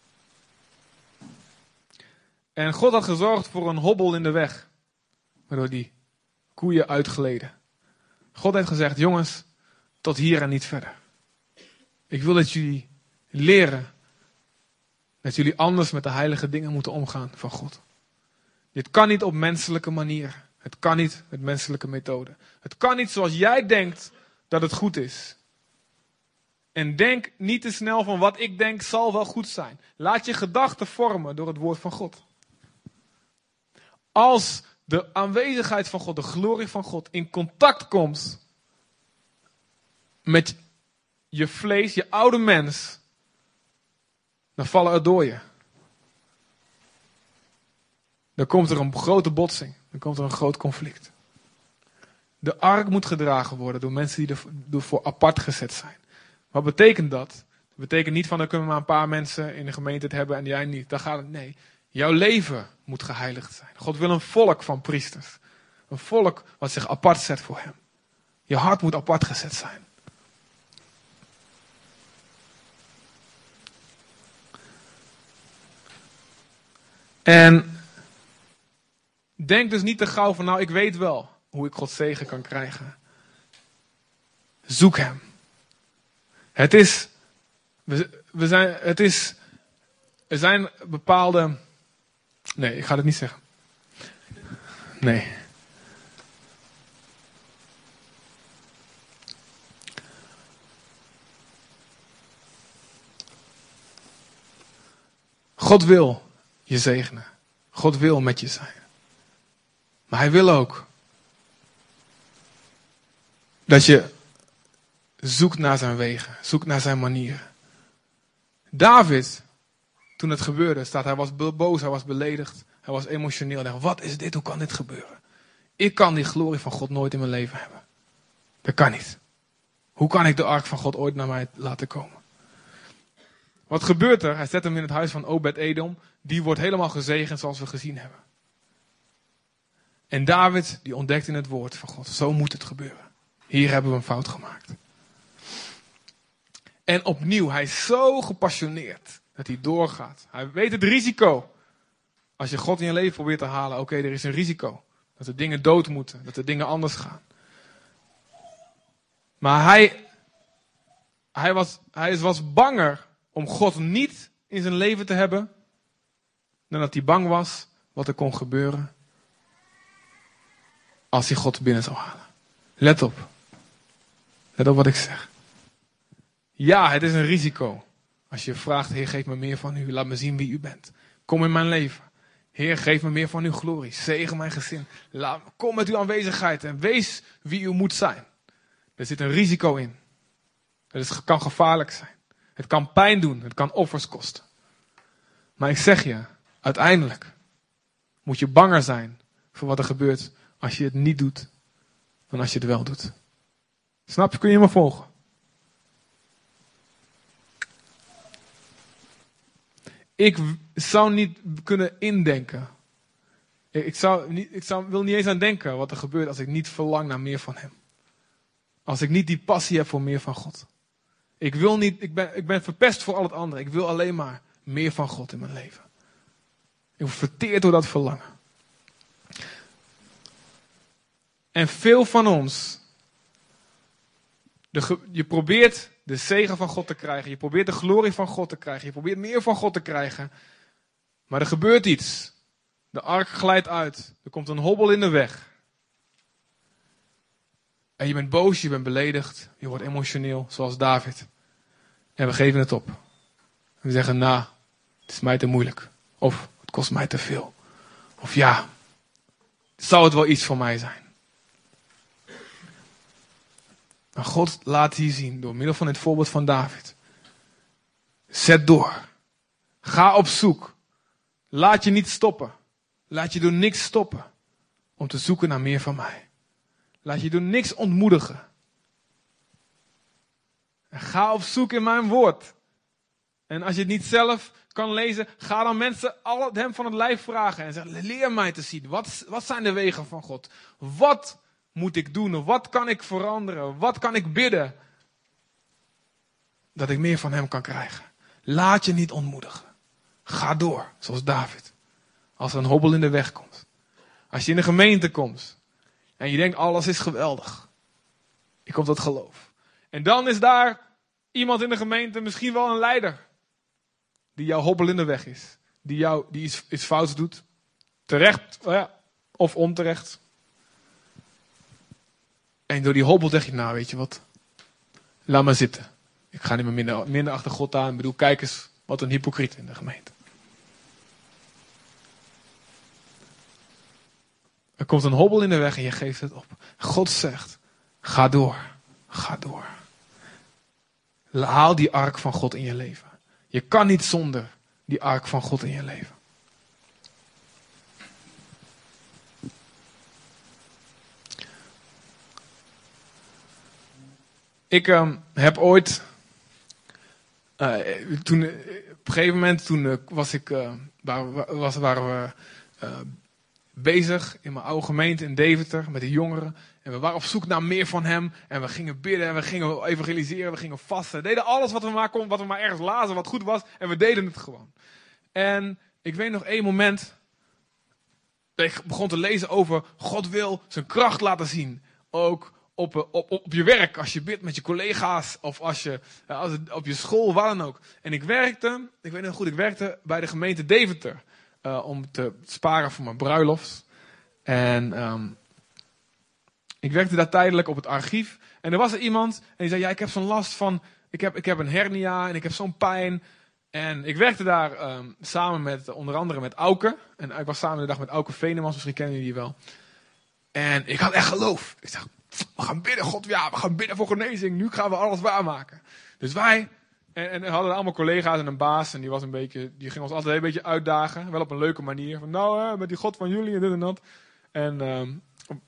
En God had gezorgd voor een hobbel in de weg. Waardoor die koeien uitgleden. God heeft gezegd, jongens, tot hier en niet verder. Ik wil dat jullie leren dat jullie anders met de heilige dingen moeten omgaan van God. Dit kan niet op menselijke manier. Het kan niet met menselijke methoden. Het kan niet zoals jij denkt dat het goed is. En denk niet te snel van wat ik denk zal wel goed zijn. Laat je gedachten vormen door het woord van God. Als de aanwezigheid van God, de glorie van God, in contact komt met je vlees, je oude mens, dan vallen er dooien. Dan komt er een grote botsing. Dan komt er een groot conflict. De ark moet gedragen worden door mensen die ervoor apart gezet zijn. Wat betekent dat? Dat betekent niet van dan kunnen we maar een paar mensen in de gemeente het hebben en jij niet. Daar gaat het. Nee. Jouw leven moet geheiligd zijn. God wil een volk van priesters. Een volk wat zich apart zet voor hem. Je hart moet apart gezet zijn. En denk dus niet te gauw van, nou ik weet wel hoe ik Gods zegen kan krijgen. Zoek hem. Er zijn bepaalde... Nee, ik ga het niet zeggen. Nee. God wil je zegenen. God wil met je zijn. Maar hij wil ook dat je zoekt naar zijn wegen. Zoekt naar zijn manieren. David, toen het gebeurde, staat hij was boos, hij was beledigd. Hij was emotioneel. Hij dacht, wat is dit? Hoe kan dit gebeuren? Ik kan die glorie van God nooit in mijn leven hebben. Dat kan niet. Hoe kan ik de ark van God ooit naar mij laten komen? Wat gebeurt er? Hij zet hem in het huis van Obed-Edom. Die wordt helemaal gezegend zoals we gezien hebben. En David, die ontdekt in het woord van God. Zo moet het gebeuren. Hier hebben we een fout gemaakt. En opnieuw, hij is zo gepassioneerd dat hij doorgaat. Hij weet het risico. Als je God in je leven probeert te halen, oké, er is een risico. Dat de dingen dood moeten, dat de dingen anders gaan. Maar hij was banger om God niet in zijn leven te hebben, dan dat hij bang was wat er kon gebeuren als hij God binnen zou halen. Let op. Let op wat ik zeg. Ja, het is een risico. Als je vraagt, Heer, geef me meer van u. Laat me zien wie u bent. Kom in mijn leven. Heer, geef me meer van uw glorie. Zegen mijn gezin. Kom met uw aanwezigheid en wees wie u moet zijn. Er zit een risico in. Het kan gevaarlijk zijn. Het kan pijn doen. Het kan offers kosten. Maar ik zeg je, uiteindelijk moet je banger zijn voor wat er gebeurt als je het niet doet, dan als je het wel doet. Snap je? Kun je me volgen? Ik zou niet kunnen indenken. Ik wil niet eens aan denken wat er gebeurt als ik niet verlang naar meer van hem. Als ik niet die passie heb voor meer van God. Ik ben verpest voor al het andere. Ik wil alleen maar meer van God in mijn leven. Ik word verteerd door dat verlangen. En veel van ons, je probeert de zegen van God te krijgen. Je probeert de glorie van God te krijgen. Je probeert meer van God te krijgen. Maar er gebeurt iets. De ark glijdt uit. Er komt een hobbel in de weg. En je bent boos, je bent beledigd. Je wordt emotioneel, zoals David. En we geven het op. We zeggen, nou, het is mij te moeilijk. Of, het kost mij te veel. Of ja, zou het wel iets voor mij zijn. Maar God laat hier zien, door middel van het voorbeeld van David. Zet door. Ga op zoek. Laat je niet stoppen. Laat je door niks stoppen. Om te zoeken naar meer van mij. Laat je door niks ontmoedigen. En ga op zoek in mijn woord. En als je het niet zelf kan lezen, ga dan mensen hem van het lijf vragen. En zeg, leer mij te zien. Wat zijn de wegen van God? Wat moet ik doen? Wat kan ik veranderen? Wat kan ik bidden? Dat ik meer van hem kan krijgen. Laat je niet ontmoedigen. Ga door, zoals David. Als er een hobbel in de weg komt. Als je in de gemeente komt. En je denkt, alles is geweldig. Je komt tot geloof. En dan is daar iemand in de gemeente, misschien wel een leider. Die jouw hobbel in de weg is. Die iets fouts doet. Terecht, of onterecht. En door die hobbel zeg je, nou weet je wat. Laat maar zitten. Ik ga niet meer minder achter God aan. Ik bedoel, kijk eens wat een hypocriet in de gemeente. Er komt een hobbel in de weg en je geeft het op. God zegt, ga door. Ga door. Haal die ark van God in je leven. Je kan niet zonder die ark van God in je leven. Ik heb ooit, op een gegeven moment, waren we bezig in mijn oude gemeente in Deventer met de jongeren. En we waren op zoek naar meer van hem. En we gingen bidden en we gingen evangeliseren, we gingen vasten. We deden alles wat we maar ergens lazen wat goed was. En we deden het gewoon. En ik weet nog één moment, dat ik begon te lezen over God wil zijn kracht laten zien. Ook op je werk, als je bidt met je collega's of als op je school, waar dan ook. En ik weet nog goed, ik werkte bij de gemeente Deventer om te sparen voor mijn bruiloft. En ik werkte daar tijdelijk op het archief. En er was er iemand en die zei, ja, ik heb zo'n last van, ik heb een hernia en ik heb zo'n pijn. En ik werkte daar samen met, onder andere met Auke. En ik was samen de dag met Auke Venemans, misschien kennen jullie die wel. En ik had echt geloof. Ik dacht, we gaan bidden, God, ja, we gaan bidden voor genezing. Nu gaan we alles waarmaken. Dus wij, en hadden allemaal collega's en een baas. En die ging ons altijd een beetje uitdagen. Wel op een leuke manier. Van, nou, met die God van jullie en dit en dat. En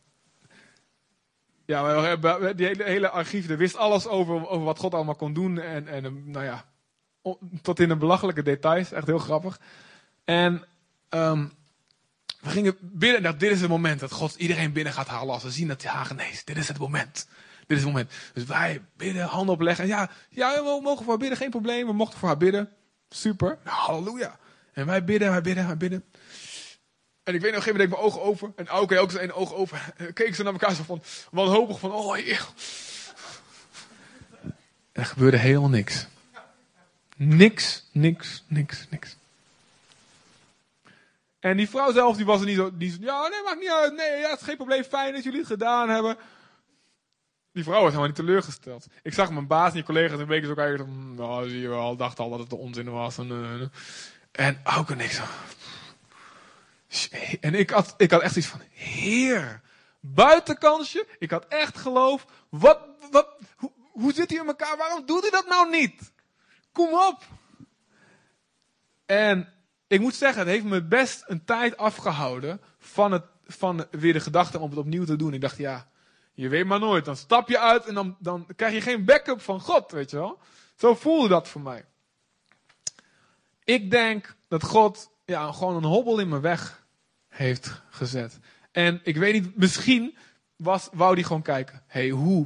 die hele archief, er wist alles over wat God allemaal kon doen. En nou ja, tot in de belachelijke details. Echt heel grappig. En we gingen bidden en dachten, dit is het moment dat God iedereen binnen gaat halen als we zien dat hij haar geneest. Dit is het moment. Dit is het moment. Dus wij bidden, handen opleggen. En ja, we mogen voor haar bidden, geen probleem. We mochten voor haar bidden. Super. Nou, halleluja. En wij bidden. En ik weet nog, op een gegeven moment deed ik mijn ogen open. En Auke ook zijn ogen open. En keek ze naar elkaar zo van, wanhopig van, oh heer. En er gebeurde helemaal niks. Niks. En die vrouw zelf, die was er niet zo, ja, nee, maakt niet uit. Nee, ja, het is geen probleem. Fijn dat jullie het gedaan hebben. Die vrouw was helemaal niet teleurgesteld. Ik zag mijn baas en die collega's een beetje zo kijken. Nou, zie je wel, dacht al dat het de onzin was. En ook niks. En ik had echt iets van, Heer, buitenkansje. Ik had echt geloof. Hoe zit hij in elkaar? Waarom doet hij dat nou niet? Kom op. En ik moet zeggen, het heeft me best een tijd afgehouden van weer de gedachte om het opnieuw te doen. Ik dacht, ja, je weet maar nooit. Dan stap je uit en dan krijg je geen backup van God, weet je wel. Zo voelde dat voor mij. Ik denk dat God gewoon een hobbel in mijn weg heeft gezet. En ik weet niet, misschien wou die gewoon kijken. Hey, hoe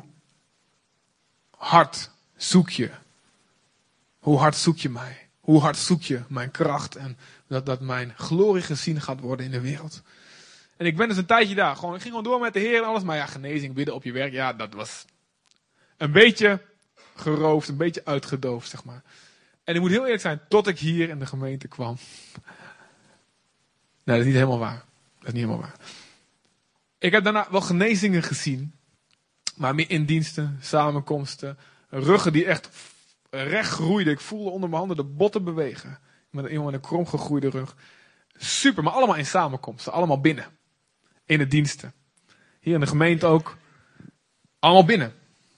hard zoek je? Hoe hard zoek je mij? Hoe hard zoek je mijn kracht en dat mijn glorie gezien gaat worden in de wereld? En ik ben dus een tijdje daar. Ik ging gewoon door met de Heer en alles. Maar ja, genezing, bidden op je werk. Ja, dat was een beetje geroofd, een beetje uitgedoofd, zeg maar. En ik moet heel eerlijk zijn, tot ik hier in de gemeente kwam. Nee, dat is niet helemaal waar. Ik heb daarna wel genezingen gezien. Maar meer in diensten, samenkomsten. Ruggen die echt recht groeiden. Ik voelde onder mijn handen de botten bewegen. Met iemand met een krom gegroeide rug. Super, maar allemaal in samenkomsten. Allemaal binnen. In de diensten. Hier in de gemeente ook. Allemaal binnen.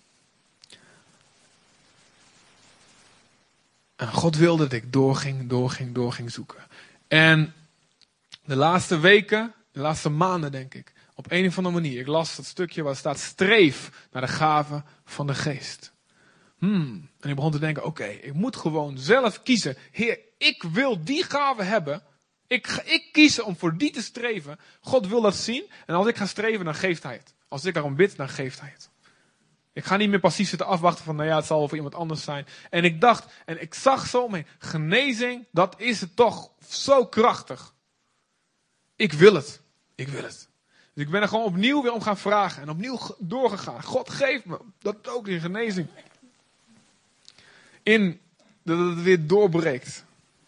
En God wilde dat ik doorging zoeken. En de laatste weken, de laatste maanden denk ik. Op een of andere manier. Ik las dat stukje waar staat streef naar de gave van de geest. En ik begon te denken, oké, ik moet gewoon zelf kiezen. Heer, ik wil die gave hebben. Ik kies om voor die te streven. God wil dat zien. En als ik ga streven, dan geeft hij het. Als ik daarom bid, dan geeft hij het. Ik ga niet meer passief zitten afwachten van, nou ja, het zal wel voor iemand anders zijn. En ik dacht, en ik zag zo mee, genezing, dat is het toch zo krachtig. ik wil het. Ik wil het. Dus ik ben er gewoon opnieuw weer om gaan vragen. En opnieuw doorgegaan. God, geef me dat ook in genezing. Dat het weer doorbreekt.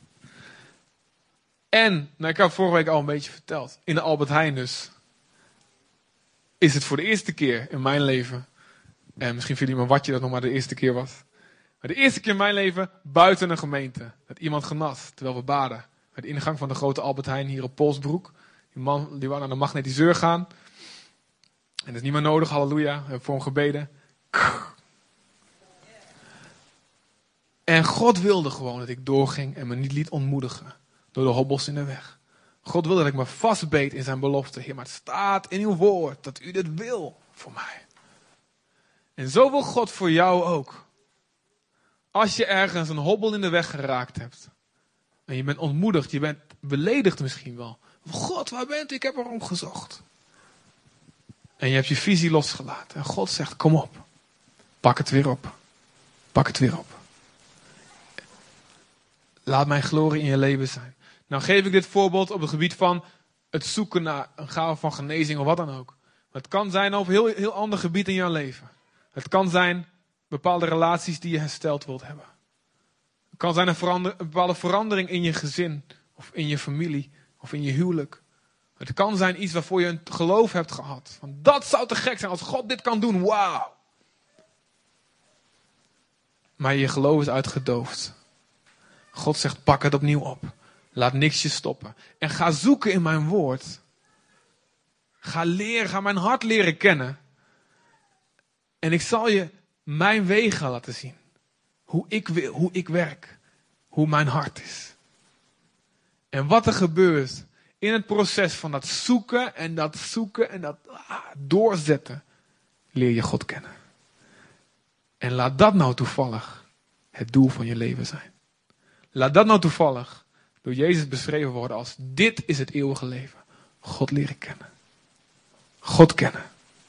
En, ik heb vorige week al een beetje verteld. In de Albert Heijn dus. Is het voor de eerste keer in mijn leven. En misschien vinden jullie wat je dat nog maar de eerste keer was. Maar de eerste keer in mijn leven buiten een gemeente. Dat iemand genas terwijl we baden. Bij de ingang van de grote Albert Heijn hier op Polsbroek. Die man die wou naar de magnetiseur gaan. En dat is niet meer nodig, halleluja. We hebben voor hem gebeden. En God wilde gewoon dat ik doorging en me niet liet ontmoedigen. Door de hobbels in de weg. God wilde dat ik me vastbeet in zijn belofte. Heer, maar het staat in uw woord dat u dit wil voor mij. En zo wil God voor jou ook. Als je ergens een hobbel in de weg geraakt hebt. En je bent ontmoedigd, je bent beledigd misschien wel. God, waar bent u? Ik heb erom gezocht. En je hebt je visie losgelaten. En God zegt, kom op. Pak het weer op. Pak het weer op. Laat mijn glorie in je leven zijn. Nou geef ik dit voorbeeld op het gebied van het zoeken naar een gave van genezing of wat dan ook. Maar het kan zijn op een heel ander gebied in jouw leven. Het kan zijn bepaalde relaties die je hersteld wilt hebben. Het kan zijn een bepaalde verandering in je gezin. Of in je familie. Of in je huwelijk. Het kan zijn iets waarvoor je een geloof hebt gehad. Van, dat zou te gek zijn als God dit kan doen. Wauw. Maar je geloof is uitgedoofd. God zegt, pak het opnieuw op. Laat niks je stoppen. En ga zoeken in mijn woord. Ga mijn hart leren kennen. En ik zal je mijn wegen laten zien. Hoe ik wil, hoe ik werk. Hoe mijn hart is. En wat er gebeurt in het proces van dat zoeken en dat doorzetten. Leer je God kennen. En laat dat nou toevallig het doel van je leven zijn. Laat dat nou toevallig door Jezus beschreven worden als dit is het eeuwige leven. God leren kennen. God kennen.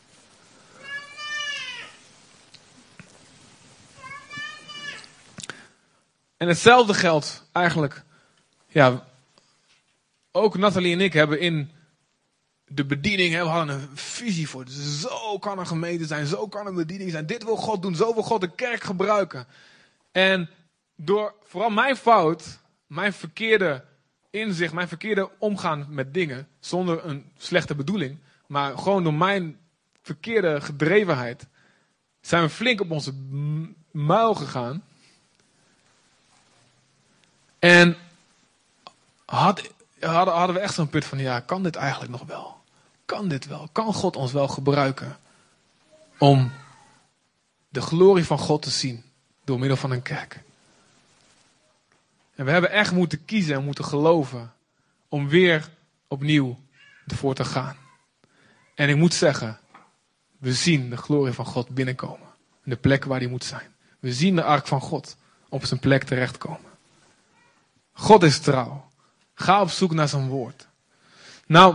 En hetzelfde geldt eigenlijk. Ja, ook Nathalie en ik hebben in de bediening, we hadden een visie voor. Zo kan een gemeente zijn, zo kan een bediening zijn. Dit wil God doen, zo wil God de kerk gebruiken. En door vooral mijn fout, mijn verkeerde inzicht, mijn verkeerde omgaan met dingen, zonder een slechte bedoeling, maar gewoon door mijn verkeerde gedrevenheid, zijn we flink op onze muil gegaan. En hadden we echt zo'n punt van, ja, kan dit eigenlijk nog wel? Kan dit wel? Kan God ons wel gebruiken om de glorie van God te zien door middel van een kerk? En we hebben echt moeten kiezen en moeten geloven om weer opnieuw ervoor te gaan. En ik moet zeggen, we zien de glorie van God binnenkomen. In de plek waar die moet zijn. We zien de ark van God op zijn plek terechtkomen. God is trouw. Ga op zoek naar zijn woord. Nou,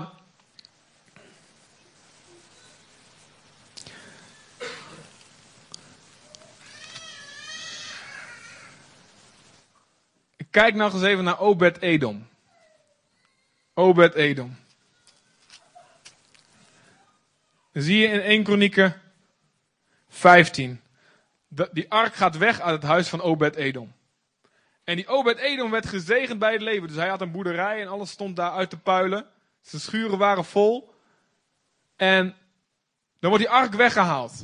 ik kijk nou eens even naar Obed-Edom. Obed-Edom. Dan zie je in 1 Kronieken 15. Die ark gaat weg uit het huis van Obed-Edom. En die Obed-Edom werd gezegend bij het leven. Dus hij had een boerderij en alles stond daar uit te puilen. Zijn schuren waren vol. En dan wordt die ark weggehaald.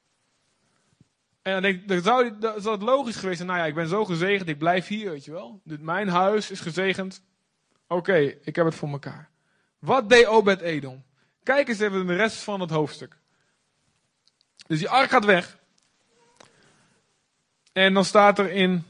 En dan denk ik, dan zou het logisch geweest zijn. Nou ja, ik ben zo gezegend, ik blijf hier, weet je wel. Mijn huis is gezegend. Oké, ik heb het voor elkaar. Wat deed Obed-Edom? Kijk eens even de rest van het hoofdstuk. Dus die ark gaat weg. En dan staat er in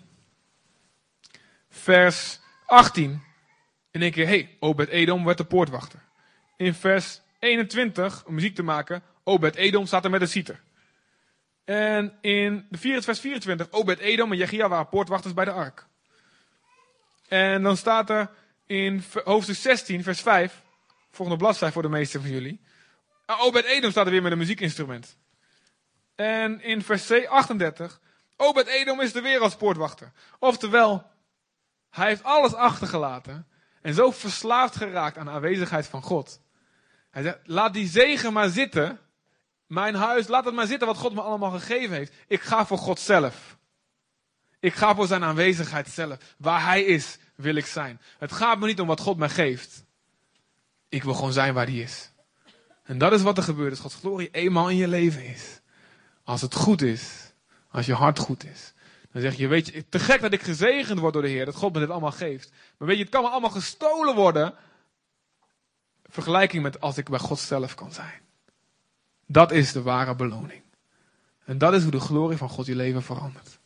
vers 18. In één keer, hey, Obed-Edom werd de poortwachter. In vers 21, om muziek te maken, Obed-Edom staat er met een citer. En in vers 24, Obed-Edom en Jechia waren poortwachters bij de ark. En dan staat er in hoofdstuk 16, vers 5, volgende bladzijde voor de meeste van jullie. Obed-Edom staat er weer met een muziekinstrument. En in vers 38, Obed-Edom is er weer als poortwachter. Oftewel, hij heeft alles achtergelaten. En zo verslaafd geraakt aan de aanwezigheid van God. Hij zegt, laat die zegen maar zitten. Mijn huis, laat het maar zitten wat God me allemaal gegeven heeft. Ik ga voor God zelf. Ik ga voor zijn aanwezigheid zelf. Waar hij is, wil ik zijn. Het gaat me niet om wat God me geeft. Ik wil gewoon zijn waar hij is. En dat is wat er gebeurt als Gods glorie eenmaal in je leven is. Als het goed is. Als je hart goed is. Dan zeg je, weet je, te gek dat ik gezegend word door de Heer. Dat God me dit allemaal geeft. Maar weet je, het kan me allemaal gestolen worden. Vergelijking met als ik bij God zelf kan zijn. Dat is de ware beloning. En dat is hoe de glorie van God je leven verandert.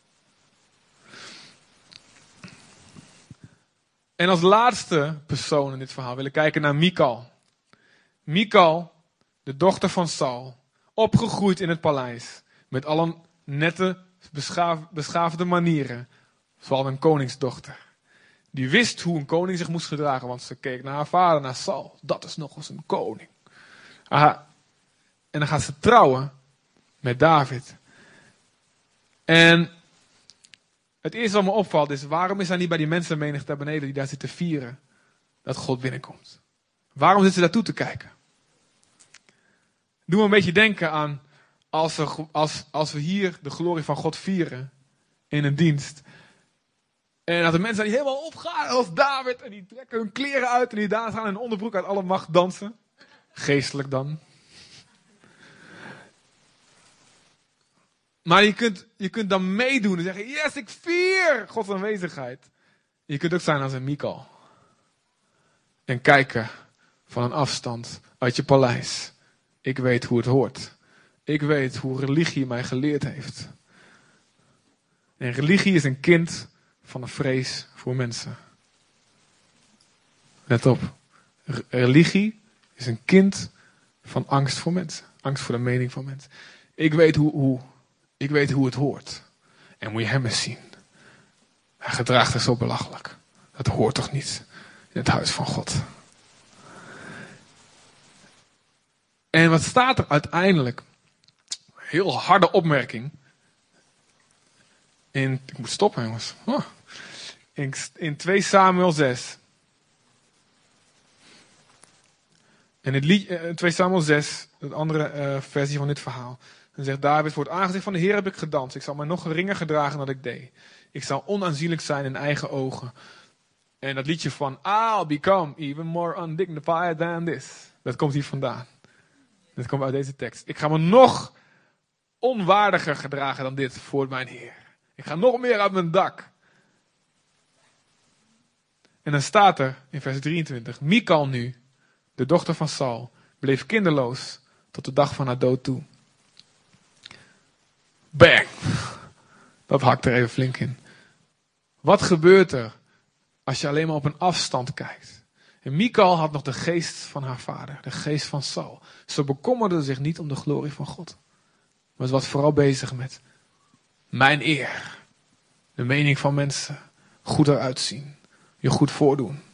En als laatste persoon in dit verhaal willen we kijken naar Michal. Michal, de dochter van Saul, opgegroeid in het paleis. Met alle nette, beschaafde manieren. Zoals een koningsdochter. Die wist hoe een koning zich moest gedragen, want ze keek naar haar vader, naar Saul. Dat is nog eens een koning. Aha. En dan gaat ze trouwen met David. En het eerste wat me opvalt is, waarom is hij niet bij die mensenmenigte daar beneden die daar zitten vieren dat God binnenkomt? Waarom zit ze daartoe te kijken? Doe me een beetje denken aan als we hier de glorie van God vieren in een dienst. En dat de mensen die helemaal opgaan als David en die trekken hun kleren uit en die daar gaan in een onderbroek uit alle macht dansen. Geestelijk dan. Maar je kunt dan meedoen en zeggen, yes, ik vier Gods aanwezigheid. Je kunt ook zijn als een Michal. En kijken van een afstand uit je paleis. Ik weet hoe het hoort. Ik weet hoe religie mij geleerd heeft. En religie is een kind van een vrees voor mensen. Let op. Religie is een kind van angst voor mensen. Angst voor de mening van mensen. Ik weet hoe het hoort. En moet je hem eens zien. Hij gedraagt zich zo belachelijk. Dat hoort toch niet in het huis van God. En wat staat er uiteindelijk? Heel harde opmerking. Ik moet stoppen, jongens. In 2 Samuel 6. En in 2 Samuel 6, de andere versie van dit verhaal. Dan zegt David, voor het aangezicht van de Heer heb ik gedanst. Ik zal mij nog geringer gedragen dan ik deed. Ik zal onaanzienlijk zijn in eigen ogen. En dat liedje van, I'll become even more undignified than this. Dat komt hier vandaan. Dat komt uit deze tekst. Ik ga me nog onwaardiger gedragen dan dit voor mijn Heer. Ik ga nog meer uit mijn dak. En dan staat er in vers 23. Michal nu, de dochter van Saul, bleef kinderloos tot de dag van haar dood toe. Bang! Dat hakt er even flink in. Wat gebeurt er als je alleen maar op een afstand kijkt? En Michal had nog de geest van haar vader, de geest van Saul. Ze bekommerde zich niet om de glorie van God. Maar ze was vooral bezig met mijn eer. De mening van mensen. Goed eruit zien. Je goed voordoen.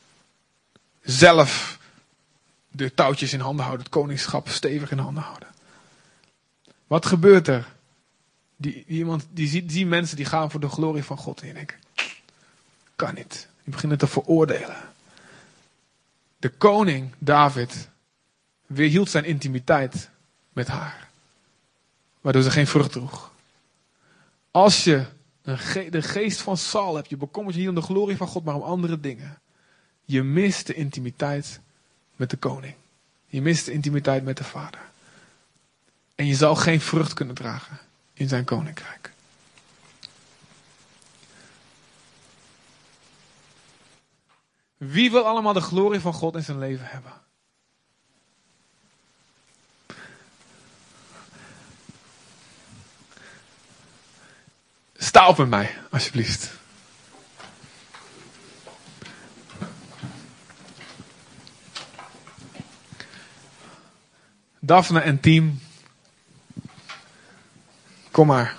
Zelf de touwtjes in handen houden. Het koningschap stevig in handen houden. Wat gebeurt er? Die zien mensen die gaan voor de glorie van God. En je denkt, kan niet. Die beginnen te veroordelen. De koning, David, weerhield zijn intimiteit met haar. Waardoor ze geen vrucht droeg. Als je de geest van Saul hebt, je bekommert je niet om de glorie van God, maar om andere dingen. Je mist de intimiteit met de koning. Je mist de intimiteit met de vader. En je zal geen vrucht kunnen dragen in zijn koninkrijk. Wie wil allemaal de glorie van God in zijn leven hebben? Sta op met mij, alsjeblieft. Daphne en team. Kom maar.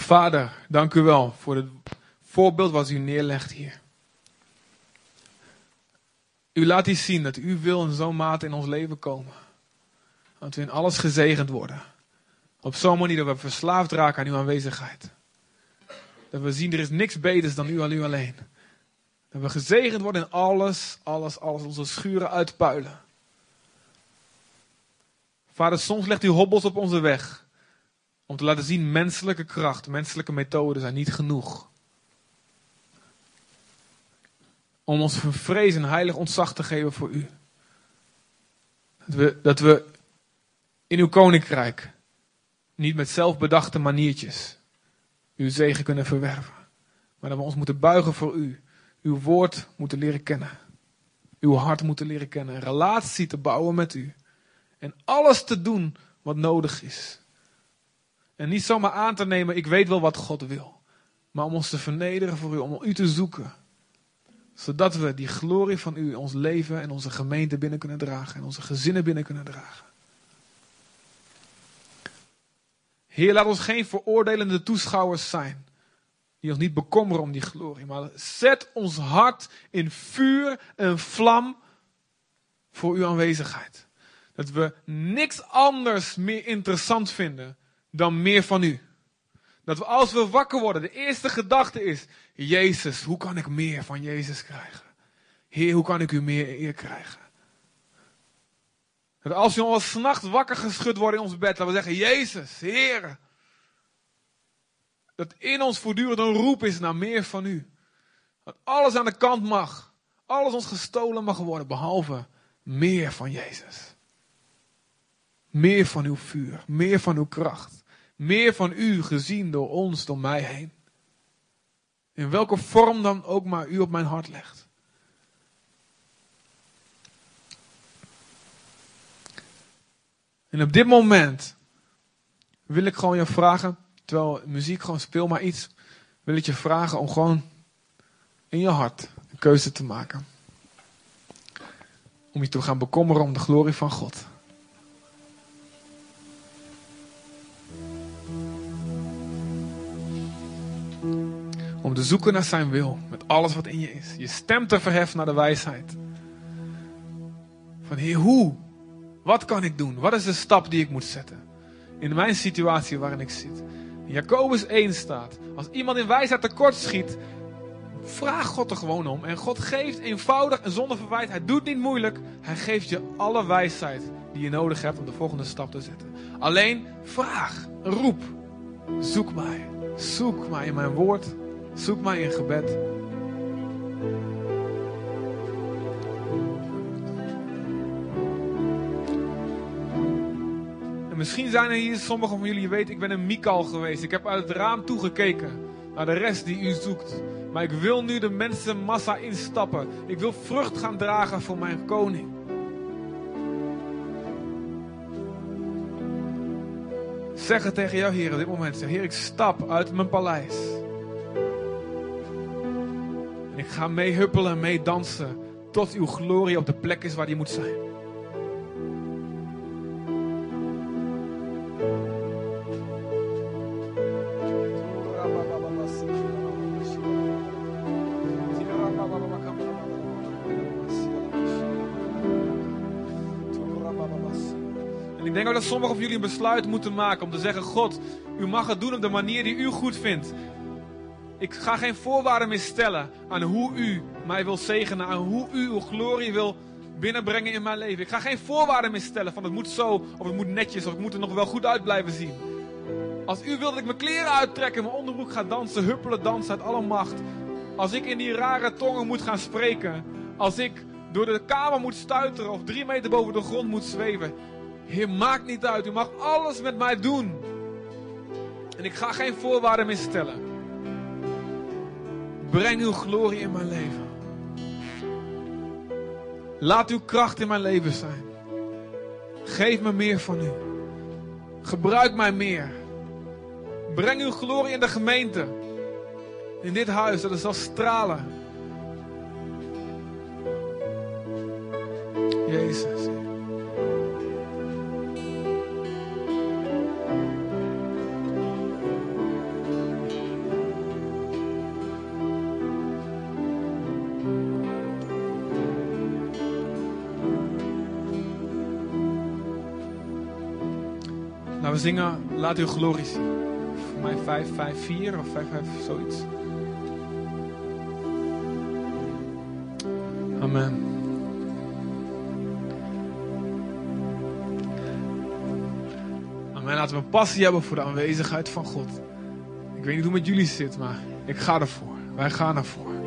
Vader, dank u wel voor het voorbeeld wat u neerlegt hier. U laat hier zien dat u wil in zo'n mate in ons leven komen. Dat we in alles gezegend worden. Op zo'n manier dat we verslaafd raken aan uw aanwezigheid. Dat we zien, er is niks beters dan u alleen. Dat we gezegend worden in alles. Onze schuren uitpuilen. Vader, soms legt u hobbels op onze weg. Om te laten zien, menselijke kracht, menselijke methoden zijn niet genoeg. Om ons van vrees en heilig ontzag te geven voor u. Dat we in uw koninkrijk niet met zelfbedachte maniertjes uw zegen kunnen verwerven. Maar dat we ons moeten buigen voor u. Uw woord moeten leren kennen. Uw hart moeten leren kennen. Een relatie te bouwen met u. En alles te doen wat nodig is. En niet zomaar aan te nemen, ik weet wel wat God wil. Maar om ons te vernederen voor u, om u te zoeken. Zodat we die glorie van u in ons leven en onze gemeente binnen kunnen dragen. En onze gezinnen binnen kunnen dragen. Heer, laat ons geen veroordelende toeschouwers zijn. Die ons niet bekommeren om die glorie. Maar zet ons hart in vuur en vlam voor uw aanwezigheid. Dat we niks anders meer interessant vinden dan meer van u. Dat we als we wakker worden, de eerste gedachte is, Jezus, hoe kan ik meer van Jezus krijgen? Heer, hoe kan ik u meer eer krijgen? Dat als we al 's nachts wakker geschud worden in ons bed, dat we zeggen, Jezus, Heer. Dat in ons voortdurend een roep is naar meer van u. Dat alles aan de kant mag. Alles ons gestolen mag worden, behalve meer van Jezus. Meer van uw vuur, meer van uw kracht. Meer van u gezien door ons, door mij heen. In welke vorm dan ook maar u op mijn hart legt. En op dit moment wil ik gewoon je vragen, terwijl muziek gewoon speel maar iets, wil ik je vragen om gewoon in je hart een keuze te maken. Om je te gaan bekommeren om de glorie van God. Om te zoeken naar zijn wil, met alles wat in je is. Je stem te verheffen naar de wijsheid. Van Heer, hoe? Wat kan ik doen? Wat is de stap die ik moet zetten? In mijn situatie waarin ik zit. In Jacobus 1 staat. Als iemand in wijsheid tekort schiet. Vraag God er gewoon om. En God geeft eenvoudig en zonder verwijt. Hij doet niet moeilijk. Hij geeft je alle wijsheid die je nodig hebt om de volgende stap te zetten. Alleen vraag. Roep. Zoek mij. Zoek mij in mijn woord. Zoek mij in gebed. En misschien zijn er hier sommigen van jullie, je weet, ik ben een Mikal geweest. Ik heb uit het raam toegekeken naar de rest die u zoekt. Maar ik wil nu de mensenmassa instappen. Ik wil vrucht gaan dragen voor mijn koning. Zeg het tegen jou, Heer, op dit moment. Zeg, Heer, ik stap uit mijn paleis. En ik ga mee huppelen en mee dansen. Tot uw glorie op de plek is waar die moet zijn. En ik denk ook dat sommigen van jullie een besluit moeten maken om te zeggen, God, u mag het doen op de manier die u goed vindt. Ik ga geen voorwaarden meer stellen aan hoe u mij wil zegenen, aan hoe u uw glorie wil binnenbrengen in mijn leven. Ik ga geen voorwaarden meer stellen van het moet zo, of het moet netjes, of ik moet er nog wel goed uit blijven zien. Als u wilt dat ik mijn kleren uittrek en mijn onderbroek ga dansen, huppelen, dansen uit alle macht. Als ik in die rare tongen moet gaan spreken. Als ik door de kamer moet stuiteren of 3 meter boven de grond moet zweven. Heer, maakt niet uit. U mag alles met mij doen. En ik ga geen voorwaarden meer stellen. Breng uw glorie in mijn leven. Laat uw kracht in mijn leven zijn. Geef me meer van u. Gebruik mij meer. Breng uw glorie in de gemeente. In dit huis, dat het zal stralen. Jezus. Laten we zingen, laat uw glorie zien. Voor mij 554 of 55, zoiets. Amen. Amen. Laten we een passie hebben voor de aanwezigheid van God. Ik weet niet hoe het met jullie zit, maar ik ga ervoor. Wij gaan ervoor.